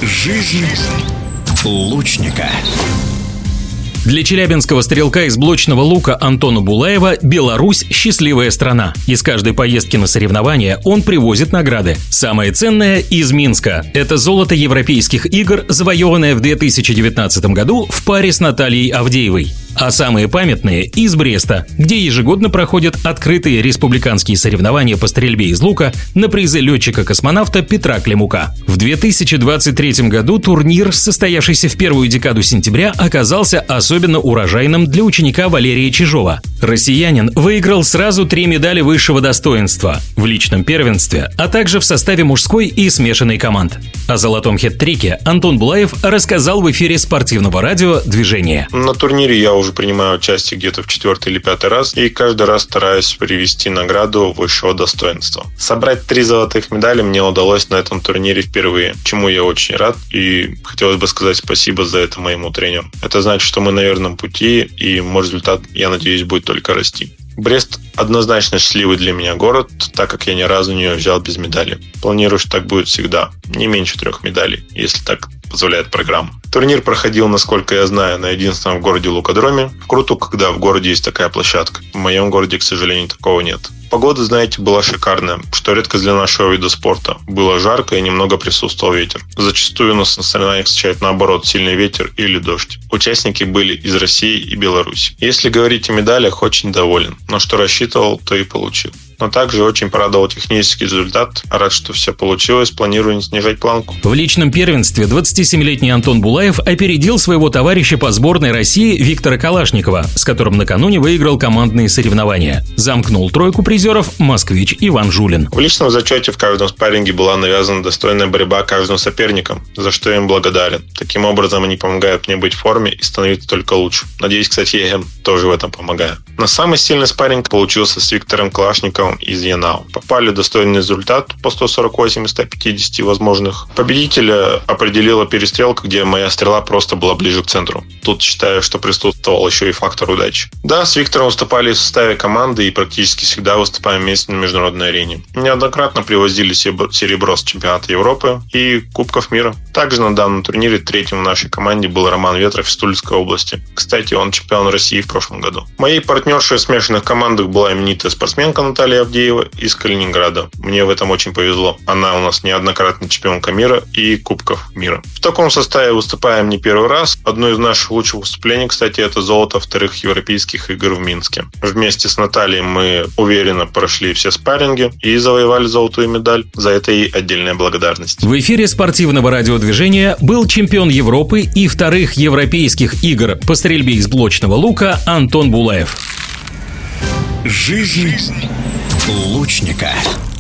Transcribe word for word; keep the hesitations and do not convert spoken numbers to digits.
Жизнь лучника. Для челябинского стрелка из блочного лука Антона Булаева Беларусь – счастливая страна. Из каждой поездки на соревнования он привозит награды. Самое ценное – из Минска. Это золото европейских игр, завоеванное в две тысячи девятнадцатом году в паре с Натальей Авдеевой. А самые памятные – из Бреста, где ежегодно проходят открытые республиканские соревнования по стрельбе из лука на призы летчика-космонавта Петра Климука. В две тысячи двадцать третьем году турнир, состоявшийся в первую декаду сентября, оказался особенно урожайным для ученика Валерия Чижова. Россиянин выиграл сразу три медали высшего достоинства в личном первенстве, а также в составе мужской и смешанной команд. О золотом хет-трике Антон Булаев рассказал в эфире спортивного радио «Движение». На турнире я уже принимаю участие где-то в четвертый или пятый раз, и каждый раз стараюсь привести награду высшего достоинства. Собрать три золотых медали мне удалось на этом турнире впервые, чему я очень рад, и хотелось бы сказать спасибо за это моему тренеру. Это значит, что мы на верном пути, и мой результат, я надеюсь, будет только расти. Брест однозначно счастливый для меня город, так как я ни разу не уезжал без медали. Планирую, что так будет всегда. Не меньше трех медалей, если так позволяет программа. Турнир проходил, насколько я знаю, на единственном в городе лукодроме. Круто, когда в городе есть такая площадка. В моем городе, к сожалению, такого нет. Погода, знаете, была шикарная, что редко для нашего вида спорта. Было жарко и немного присутствовал ветер. Зачастую у нас на соревнованиях встречают наоборот сильный ветер или дождь. Участники были из России и Беларуси. Если говорить о медалях, очень доволен. Но что рассчитывал, то и получил. Но также очень порадовал технический результат. Рад, что все получилось. Планирую не снижать планку. В личном первенстве двадцатисемилетний Антон Булаев опередил своего товарища по сборной России Виктора Калашникова, с которым накануне выиграл командные соревнования. Замкнул тройку призеров москвич Иван Жулин. В личном зачете в каждом спарринге была навязана достойная борьба каждым соперником, за что я им благодарен. Таким образом, они помогают мне быть в форме и становиться только лучше. Надеюсь, кстати, я им тоже в этом помогаю. Но самый сильный спарринг получился с Виктором Калашниковым из Янау. Попали в достойный результат по сто сорок восемь из ста пятидесяти возможных. Победителя определила перестрелка, где моя стрела просто была ближе к центру. Тут считаю, что присутствовал еще и фактор удачи. Да, с Виктором выступали в составе команды и практически всегда выступаем вместе на международной арене. Неоднократно привозили серебро с чемпионата Европы и Кубков мира. Также на данном турнире третьим в нашей команде был Роман Ветров из Тульской области. Кстати, он чемпион России в прошлом году. Моей партнершей в смешанных командах была именитая спортсменка Наталья Авдеева из Калининграда. Мне в этом очень повезло. Она у нас неоднократная чемпионка мира и Кубков мира. В таком составе выступаем не первый раз. Одно из наших лучших выступлений, кстати, это золото вторых европейских игр в Минске. Вместе с Натальей мы уверенно прошли все спарринги и завоевали золотую медаль. За это ей отдельная благодарность. В эфире спортивного радиодвижения был чемпион Европы и вторых европейских игр по стрельбе из блочного лука Антон Булаев. Жизнь лучника.